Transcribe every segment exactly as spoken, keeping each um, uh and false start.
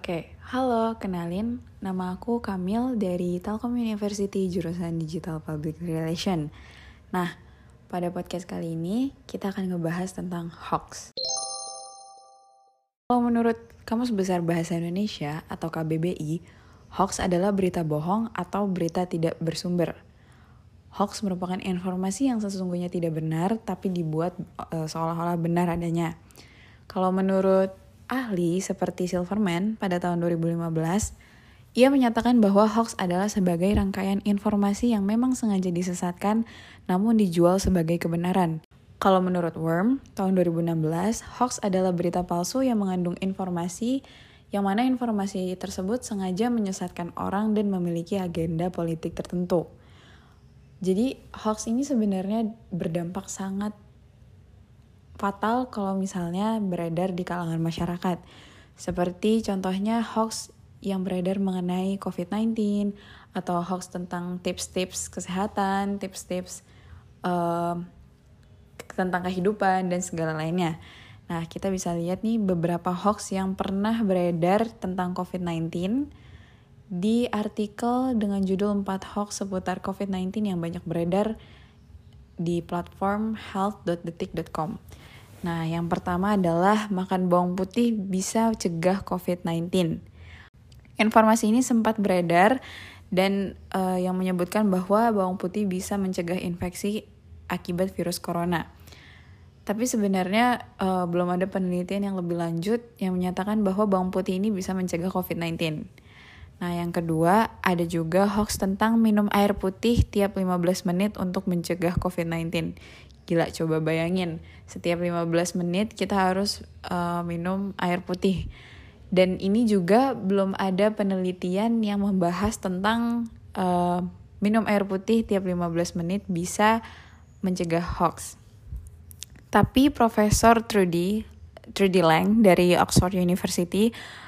Oke, halo, kenalin, nama aku Kamil dari Telkom University jurusan Digital Public Relation. Nah, pada podcast kali ini kita akan ngebahas tentang hoax. Kalau menurut Kamus Besar Bahasa Indonesia atau K B B I, hoax adalah berita bohong atau berita tidak bersumber. Hoax merupakan informasi yang sesungguhnya tidak benar tapi dibuat e, seolah-olah benar adanya. Kalau menurut ahli seperti Silverman pada tahun dua ribu lima belas, ia menyatakan bahwa hoax adalah sebagai rangkaian informasi yang memang sengaja disesatkan namun dijual sebagai kebenaran. Kalau menurut Worm, tahun dua ribu enam belas, hoax adalah berita palsu yang mengandung informasi yang mana informasi tersebut sengaja menyesatkan orang dan memiliki agenda politik tertentu. Jadi hoax ini sebenarnya berdampak sangat fatal kalau misalnya beredar di kalangan masyarakat. Seperti contohnya hoax yang beredar mengenai covid sembilan belas atau hoax tentang tips-tips kesehatan, tips-tips uh, tentang kehidupan dan segala lainnya. Nah, kita bisa lihat nih beberapa hoax yang pernah beredar tentang covid sembilan belas di artikel dengan judul empat hoax seputar covid sembilan belas yang banyak beredar di platform health dot detik dot com. Nah, yang pertama adalah makan bawang putih bisa cegah covid sembilan belas. Informasi ini sempat beredar dan uh, yang menyebutkan bahwa bawang putih bisa mencegah infeksi akibat virus corona. Tapi sebenarnya uh, belum ada penelitian yang lebih lanjut yang menyatakan bahwa bawang putih ini bisa mencegah covid sembilan belas. Nah, yang kedua, ada juga hoax tentang minum air putih tiap lima belas menit untuk mencegah covid sembilan belas. Gila, coba bayangin, setiap lima belas menit kita harus uh, minum air putih. Dan ini juga belum ada penelitian yang membahas tentang uh, minum air putih tiap lima belas menit bisa mencegah hoax. Tapi Profesor Trudy, Trudy Lang dari Oxford University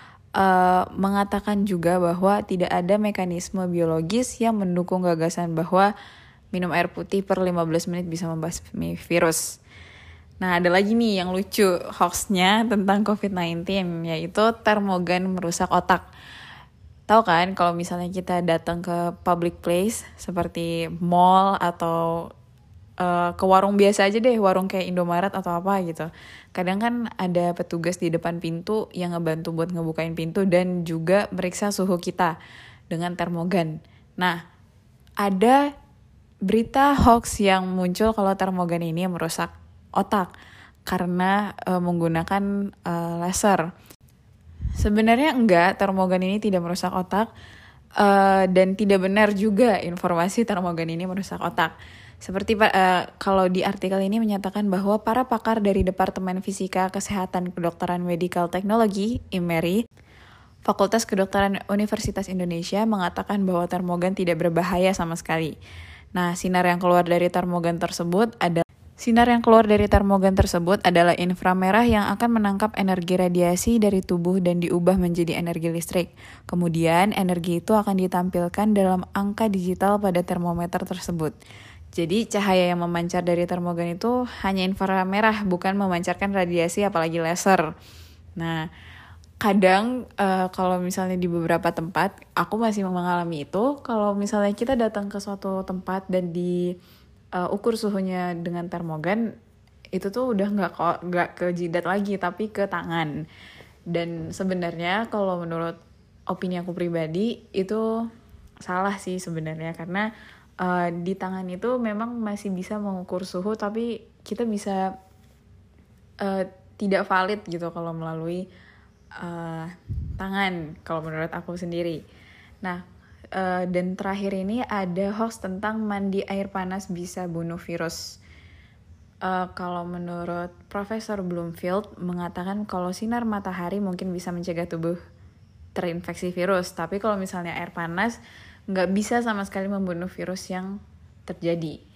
Uh, mengatakan juga bahwa tidak ada mekanisme biologis yang mendukung gagasan bahwa minum air putih per lima belas menit bisa membasmi virus. Nah, ada lagi nih yang lucu hoaxnya tentang covid sembilan belas, yaitu termogan merusak otak. Tahu kan kalau misalnya kita datang ke public place seperti mall atau Uh, ke warung biasa aja deh, warung kayak Indomaret atau apa gitu. Kadang kan ada petugas di depan pintu yang ngebantu buat ngebukain pintu dan juga meriksa suhu kita dengan termogan. Nah, ada berita hoax yang muncul kalau termogan ini merusak otak karena uh, menggunakan uh, laser. Sebenarnya enggak, termogan ini tidak merusak otak uh, dan tidak benar juga informasi termogan ini merusak otak. Seperti uh, kalau di artikel ini menyatakan bahwa para pakar dari Departemen Fisika Kesehatan Kedokteran Medical Technology, I M E R I, Fakultas Kedokteran Universitas Indonesia mengatakan bahwa termogan tidak berbahaya sama sekali. Nah, sinar yang keluar dari termogan tersebut adalah sinar yang keluar dari termogan tersebut adalah inframerah yang akan menangkap energi radiasi dari tubuh dan diubah menjadi energi listrik. Kemudian, energi itu akan ditampilkan dalam angka digital pada termometer tersebut. Jadi cahaya yang memancar dari termogan itu hanya inframerah, bukan memancarkan radiasi apalagi laser. Nah, kadang uh, kalau misalnya di beberapa tempat, aku masih mengalami itu, kalau misalnya kita datang ke suatu tempat dan diukur uh, suhunya dengan termogan, itu tuh udah nggak kok nggak ke jidat lagi, tapi ke tangan. Dan sebenarnya kalau menurut opini aku pribadi itu salah sih sebenarnya, karena Uh, di tangan itu memang masih bisa mengukur suhu, tapi kita bisa uh, tidak valid gitu kalau melalui uh, tangan, kalau menurut aku sendiri. Nah, uh, dan terakhir ini ada hoax tentang mandi air panas bisa bunuh virus. Uh, kalau menurut Profesor Bloomfield mengatakan kalau sinar matahari mungkin bisa mencegah tubuh terinfeksi virus, tapi kalau misalnya air panas nggak bisa sama sekali membunuh virus yang terjadi.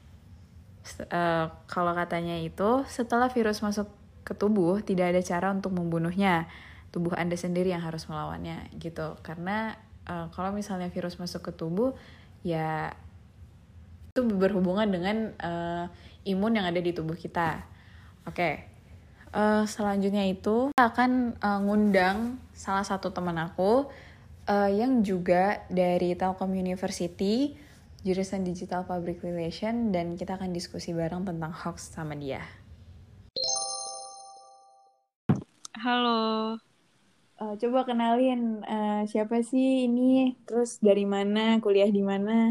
Uh, kalau katanya itu, setelah virus masuk ke tubuh, tidak ada cara untuk membunuhnya. Tubuh Anda sendiri yang harus melawannya, gitu. Karena uh, kalau misalnya virus masuk ke tubuh, ya itu berhubungan dengan uh, imun yang ada di tubuh kita. Oke, Uh, selanjutnya itu kita akan uh, ngundang salah satu teman aku uh, yang juga dari Telkom University, jurusan Digital Public Relation, dan kita akan diskusi bareng tentang hoax sama dia. Halo. Uh, coba kenalin uh, siapa sih ini, terus dari mana, kuliah di mana?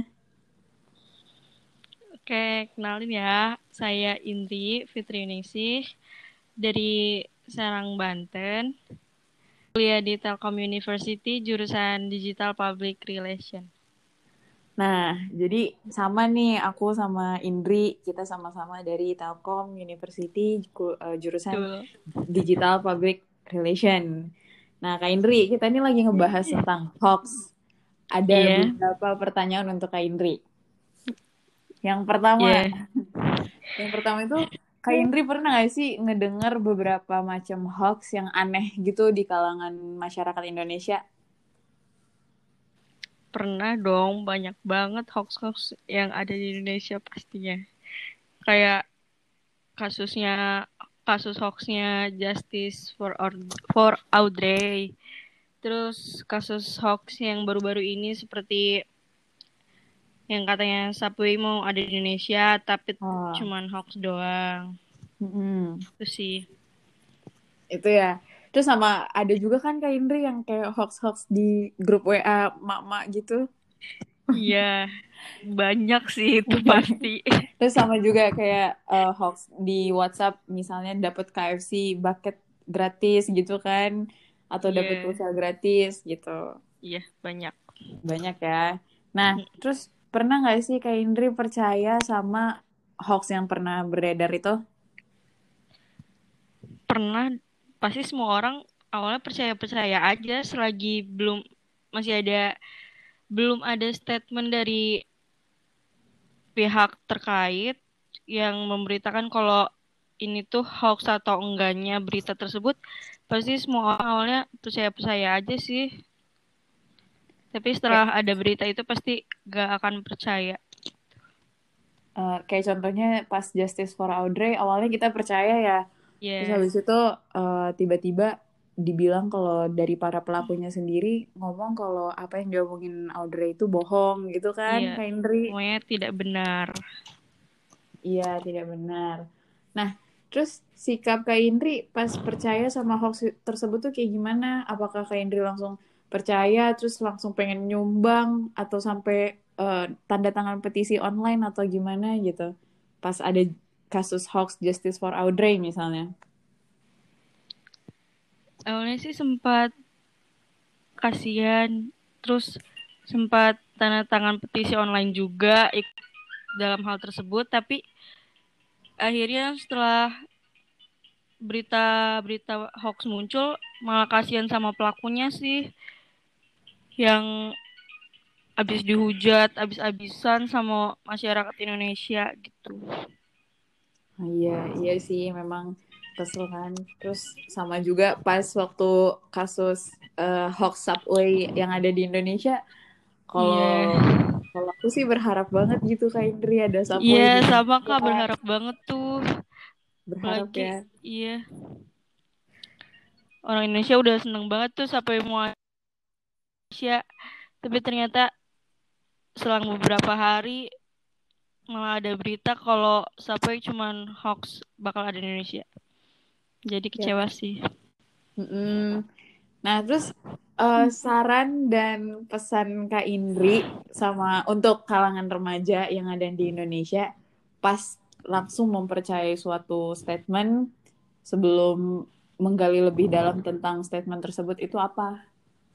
Oke, kenalin ya. Saya Indri Fitri Ningsih dari Serang, Banten. Kuliah di Telkom University, jurusan Digital Public Relation. Nah, jadi sama nih, aku sama Indri, kita sama-sama dari Telkom University, jurusan Betul. Digital Public Relation. Nah, Kak Indri, kita ini lagi ngebahas tentang hoax. Ada yeah. beberapa pertanyaan untuk Kak Indri. Yang pertama, yeah. yang pertama itu, Kak Indri pernah gak sih ngedengar beberapa macam hoax yang aneh gitu di kalangan masyarakat Indonesia? Pernah dong, banyak banget hoax-hoax yang ada di Indonesia pastinya. Kayak kasusnya, kasus hoaxnya Justice for, for Audrey. Terus kasus hoax yang baru-baru ini seperti yang katanya Subway mau ada di Indonesia, tapi oh. cuman hoax doang. Mm-hmm. Itu sih. Itu ya. Terus sama ada juga kan Kak Indri yang kayak hoax-hoax di grup W A mak-mak gitu. Iya, banyak sih itu pasti. Terus sama juga kayak uh, hoax di WhatsApp, misalnya dapat K F C bucket gratis gitu kan, atau yeah. dapat pulsa gratis gitu. Iya, yeah, banyak. Banyak ya. Nah, hmm. terus pernah nggak sih Kak Indri percaya sama hoax yang pernah beredar itu? Pernah, pasti semua orang awalnya percaya-percaya aja selagi belum masih ada belum ada statement dari pihak terkait yang memberitakan kalau ini tuh hoax atau enggaknya berita tersebut, pasti semua orang awalnya percaya-percaya aja sih. Tapi setelah kayak, ada berita itu pasti gak akan percaya. Uh, kayak contohnya pas Justice for Audrey, awalnya kita percaya ya. Yeah. Terus habis itu uh, tiba-tiba dibilang kalau dari para pelakunya sendiri ngomong kalau apa yang diomongin Audrey itu bohong gitu kan, yeah. Kak Indri? Semuanya tidak benar. Iya, tidak benar. Nah, terus sikap Kak Indri pas percaya sama hoax tersebut tuh kayak gimana? Apakah Kak Indri langsung percaya, terus langsung pengen nyumbang, atau sampai uh, tanda tangan petisi online atau gimana gitu? Pas ada kasus hoax Justice for Audrey misalnya. Awalnya sih sempat kasihan, terus sempat tanda tangan petisi online juga dalam hal tersebut, tapi akhirnya setelah berita-berita hoax muncul, malah kasihan sama pelakunya sih, yang abis dihujat, abis-abisan sama masyarakat Indonesia gitu. Oh, iya, iya sih memang kesel kan. Terus sama juga pas waktu kasus uh, hoax Subway yang ada di Indonesia, kalau yeah. kalau aku sih berharap banget gitu Kak Indri ada Subway. Iya, yeah, sama Kak, berharap banget tuh. Berharap Apalagi, ya. Iya. Orang Indonesia udah seneng banget tuh sampai mau Indonesia, tapi ternyata selang beberapa hari malah ada berita kalau Subway cuman hoax bakal ada di Indonesia. Jadi kecewa ya. sih. Mm-mm. Nah, terus uh, saran dan pesan Kak Indri sama untuk kalangan remaja yang ada di Indonesia pas langsung mempercayai suatu statement sebelum menggali lebih dalam tentang statement tersebut itu apa?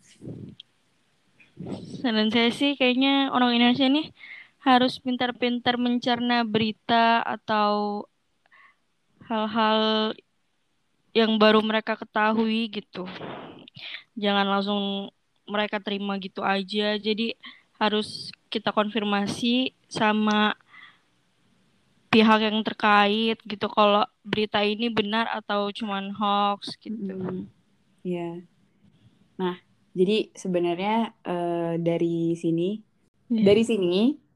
Saran saya sih kayaknya orang Indonesia nih harus pintar-pintar mencerna berita atau hal-hal yang baru mereka ketahui gitu. Jangan langsung mereka terima gitu aja. Jadi harus kita konfirmasi sama pihak yang terkait gitu kalau berita ini benar atau cuman hoax gitu. Iya. Yeah. Nah, jadi sebenarnya uh, dari sini, yeah. dari sini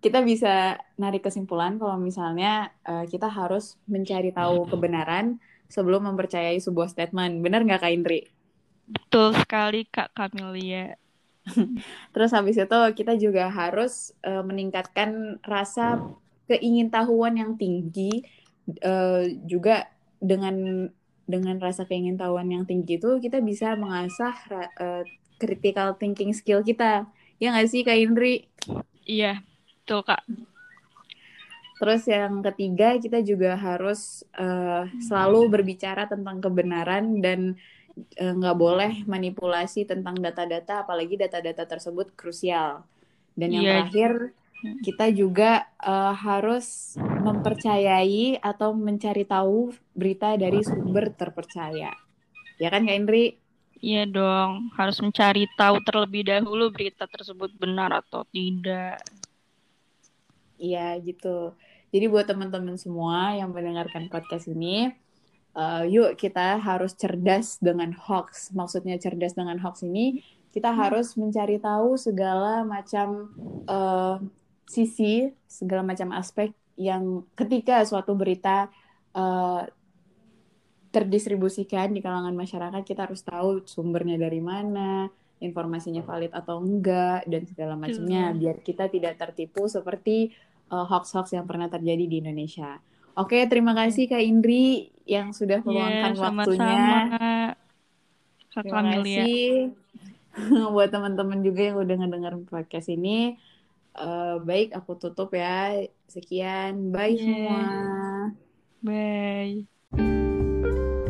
kita bisa narik kesimpulan kalau misalnya uh, kita harus mencari tahu kebenaran sebelum mempercayai sebuah statement. Benar nggak Kak Indri? Betul sekali Kak Camelia. Terus habis itu kita juga harus uh, meningkatkan rasa keingintahuan yang tinggi, uh, juga dengan dengan rasa keingintahuan yang tinggi itu kita bisa mengasah uh, critical thinking skill kita. Ya nggak sih Kak Indri? Iya, betul Kak. Terus yang ketiga kita juga harus uh, selalu berbicara tentang kebenaran dan nggak uh, boleh manipulasi tentang data-data, apalagi data-data tersebut krusial. Dan yang Iya. terakhir kita juga uh, harus mempercayai atau mencari tahu berita dari sumber terpercaya. Ya kan Kak Indri? Iya dong, harus mencari tahu terlebih dahulu berita tersebut benar atau tidak. Iya gitu. Jadi buat teman-teman semua yang mendengarkan podcast ini, uh, yuk kita harus cerdas dengan hoax. Maksudnya cerdas dengan hoax ini, kita harus mencari tahu segala macam uh, sisi, segala macam aspek yang ketika suatu berita uh, terdistribusikan di kalangan masyarakat, kita harus tahu sumbernya dari mana, informasinya valid atau enggak, dan segala macamnya, biar kita tidak tertipu seperti uh, hoax-hoax yang pernah terjadi di Indonesia. Oke, terima kasih Kak Indri yang sudah meluangkan Iya, waktunya. sama-sama Kak Terima Camelia. kasih buat teman-teman juga yang udah ngedenger podcast ini. Uh, baik, aku tutup ya. Sekian, bye Yeah. semua. Bye.